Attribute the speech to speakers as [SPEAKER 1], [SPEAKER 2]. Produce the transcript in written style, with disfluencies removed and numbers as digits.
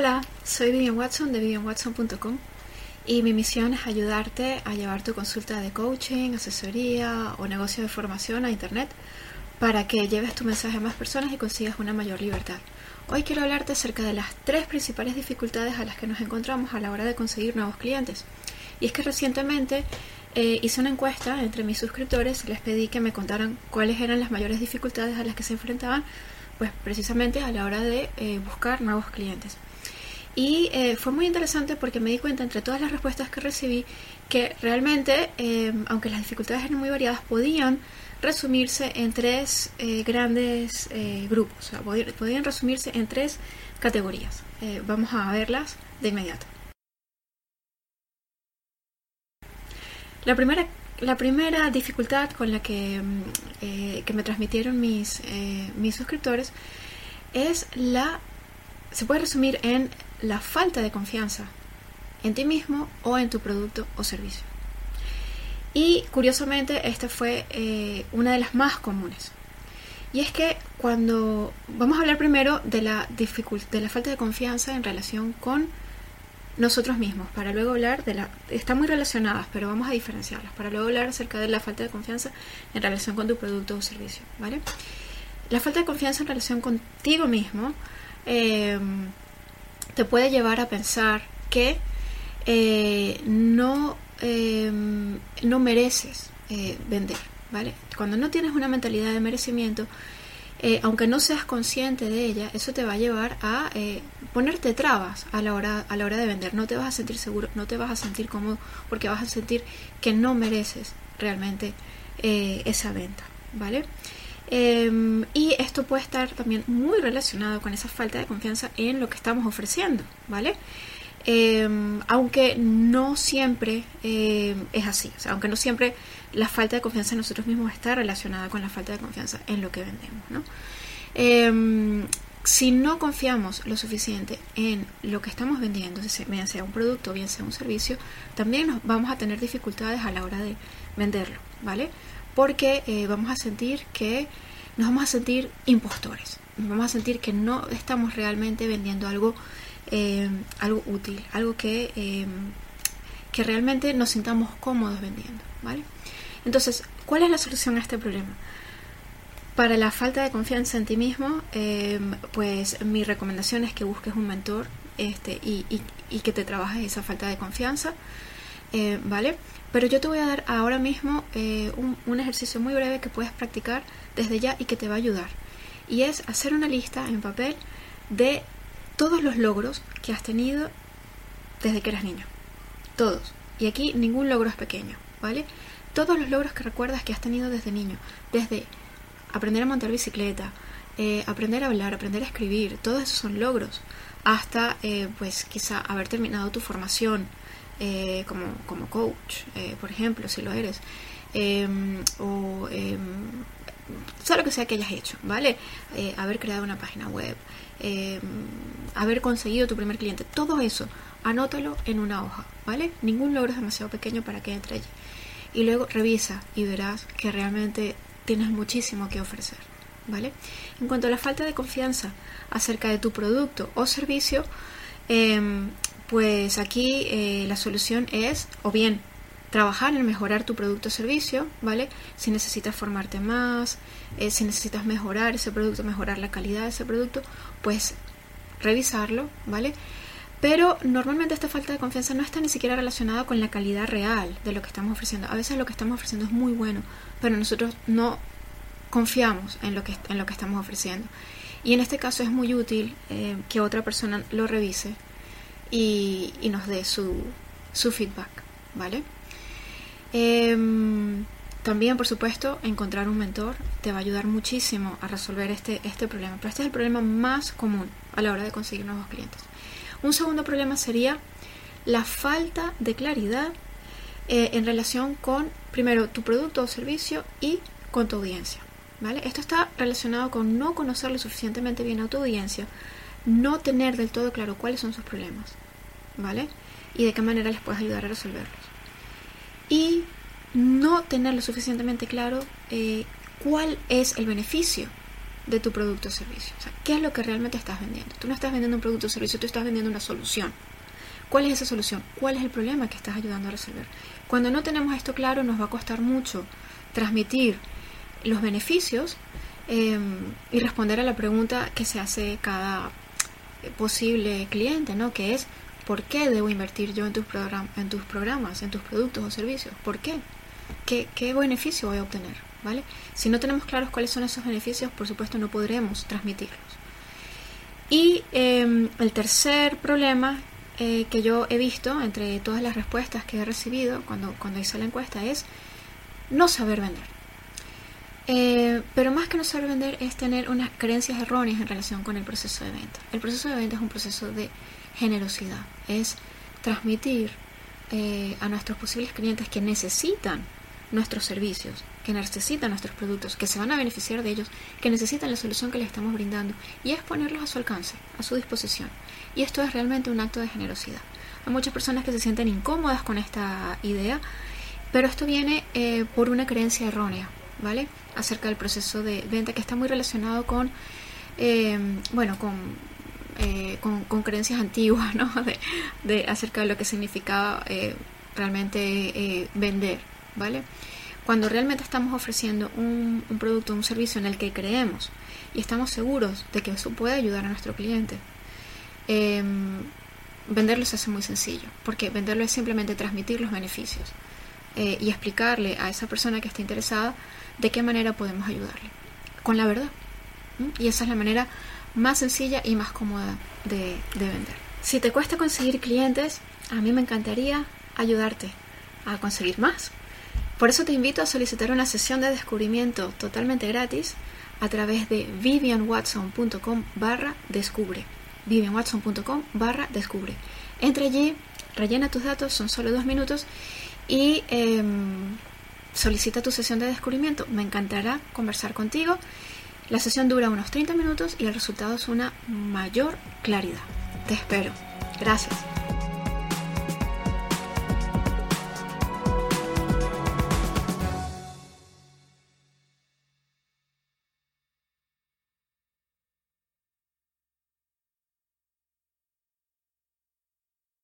[SPEAKER 1] Hola, soy Vivian Watson de vivianwatson.com y mi misión es ayudarte a llevar tu consulta de coaching, asesoría o negocio de formación a internet para que lleves tu mensaje a más personas y consigas una mayor libertad. Hoy quiero hablarte acerca de las 3 principales dificultades a las que nos encontramos a la hora de conseguir nuevos clientes. Y es que recientemente hice una encuesta entre mis suscriptores y les pedí que me contaran cuáles eran las mayores dificultades a las que se enfrentaban, pues precisamente a la hora de buscar nuevos clientes. Y fue muy interesante porque me di cuenta entre todas las respuestas que recibí que realmente, aunque las dificultades eran muy variadas, podían resumirse en 3 grandes grupos, o sea, podían resumirse en 3 categorías. Vamos a verlas de inmediato. La primera dificultad con la que me transmitieron mis suscriptores es se puede resumir en la falta de confianza en ti mismo o en tu producto o servicio. Y curiosamente esta fue una de las más comunes. Y es que cuando vamos a hablar primero de la falta de confianza en relación con nosotros mismos, para luego hablar están muy relacionadas, pero vamos a diferenciarlas, para luego hablar acerca de la falta de confianza en relación con tu producto o servicio, ¿vale? La falta de confianza en relación contigo mismo te puede llevar a pensar que no mereces vender, ¿vale? Cuando no tienes una mentalidad de merecimiento, aunque no seas consciente de ella, eso te va a llevar a ponerte trabas a la hora de vender. No te vas a sentir seguro, no te vas a sentir cómodo, porque vas a sentir que no mereces realmente esa venta, ¿vale? Y esto puede estar también muy relacionado con esa falta de confianza en lo que estamos ofreciendo, ¿vale? Aunque no siempre es así, o sea, aunque no siempre la falta de confianza en nosotros mismos está relacionada con la falta de confianza en lo que vendemos, ¿no? Si no confiamos lo suficiente en lo que estamos vendiendo, bien sea un producto, bien sea un servicio, también vamos a tener dificultades a la hora de venderlo, ¿vale? Porque nos vamos a sentir impostores, nos vamos a sentir que no estamos realmente vendiendo algo útil, algo que realmente nos sintamos cómodos vendiendo, ¿vale? Entonces, ¿cuál es la solución a este problema? Para la falta de confianza en ti mismo, pues mi recomendación es que busques un mentor y que te trabajes esa falta de confianza, ¿vale? Pero yo te voy a dar ahora mismo un ejercicio muy breve que puedes practicar desde ya y que te va a ayudar. Y es hacer una lista en papel de todos los logros que has tenido desde que eras niño. Todos. Y aquí ningún logro es pequeño, ¿vale? Todos los logros que recuerdas que has tenido desde niño. Desde aprender a montar bicicleta, aprender a hablar, aprender a escribir. Todos esos son logros. Hasta, pues, quizá haber terminado tu formación como coach, por ejemplo, si lo eres. Sea lo que sea que hayas hecho, ¿vale? Haber creado una página web, haber conseguido tu primer cliente, todo eso, anótalo en una hoja, ¿vale? Ningún logro es demasiado pequeño para que entre allí. Y luego revisa y verás que realmente tienes muchísimo que ofrecer, ¿vale? En cuanto a la falta de confianza acerca de tu producto o servicio, pues aquí la solución es, o bien, trabajar en mejorar tu producto o servicio, ¿vale? Si necesitas formarte más, si necesitas mejorar ese producto, mejorar la calidad de ese producto, pues revisarlo, ¿vale? Pero normalmente esta falta de confianza no está ni siquiera relacionada con la calidad real de lo que estamos ofreciendo. A veces lo que estamos ofreciendo es muy bueno, pero nosotros no confiamos en lo que estamos ofreciendo. Y en este caso es muy útil que otra persona lo revise y nos dé su feedback, ¿vale? También, por supuesto, encontrar un mentor te va a ayudar muchísimo a resolver este problema. Pero este es el problema más común a la hora de conseguir nuevos clientes. Un segundo problema sería la falta de claridad en relación con, primero, tu producto o servicio y con tu audiencia, ¿vale? Esto está relacionado con no conocer lo suficientemente bien a tu audiencia, no tener del todo claro cuáles son sus problemas, ¿vale? Y de qué manera les puedes ayudar a resolverlos. Y no tener lo suficientemente claro cuál es el beneficio de tu producto o servicio. O sea, ¿qué es lo que realmente estás vendiendo? Tú no estás vendiendo un producto o servicio, tú estás vendiendo una solución. ¿Cuál es esa solución? ¿Cuál es el problema que estás ayudando a resolver? Cuando no tenemos esto claro, nos va a costar mucho transmitir los beneficios y responder a la pregunta que se hace cada posible cliente, ¿no? Que es, ¿por qué debo invertir yo en tus programas, en tus productos o servicios? ¿Por qué? ¿Qué beneficio voy a obtener? ¿Vale? Si no tenemos claros cuáles son esos beneficios, por supuesto no podremos transmitirlos. Y el tercer problema que yo he visto entre todas las respuestas que he recibido cuando hice la encuesta es no saber vender. Pero más que no saber vender es tener unas creencias erróneas en relación con el proceso de venta. El proceso de venta es un proceso de generosidad, es transmitir a nuestros posibles clientes que necesitan nuestros servicios, que necesitan nuestros productos, que se van a beneficiar de ellos, que necesitan la solución que les estamos brindando, y es ponerlos a su alcance, a su disposición. Y esto es realmente un acto de generosidad. Hay muchas personas que se sienten incómodas con esta idea, pero esto viene por una creencia errónea, ¿vale? Acerca del proceso de venta, que está muy relacionado con creencias antiguas, ¿no? Acerca de lo que significaba realmente vender, ¿vale? Cuando realmente estamos ofreciendo un producto, un servicio en el que creemos y estamos seguros de que eso puede ayudar a nuestro cliente, venderlo se hace muy sencillo, porque venderlo es simplemente transmitir los beneficios y explicarle a esa persona que está interesada de qué manera podemos ayudarle, con la verdad. Y esa es la manera más sencilla y más cómoda de vender. Si te cuesta conseguir clientes, a mí me encantaría ayudarte a conseguir más. Por eso te invito a solicitar una sesión de descubrimiento totalmente gratis a través de vivianwatson.com/descubre. vivianwatson.com/descubre. Entra allí, rellena tus datos, son solo 2 minutos, y solicita tu sesión de descubrimiento. Me encantará conversar contigo. La sesión dura unos 30 minutos y el resultado es una mayor claridad. Te espero. Gracias.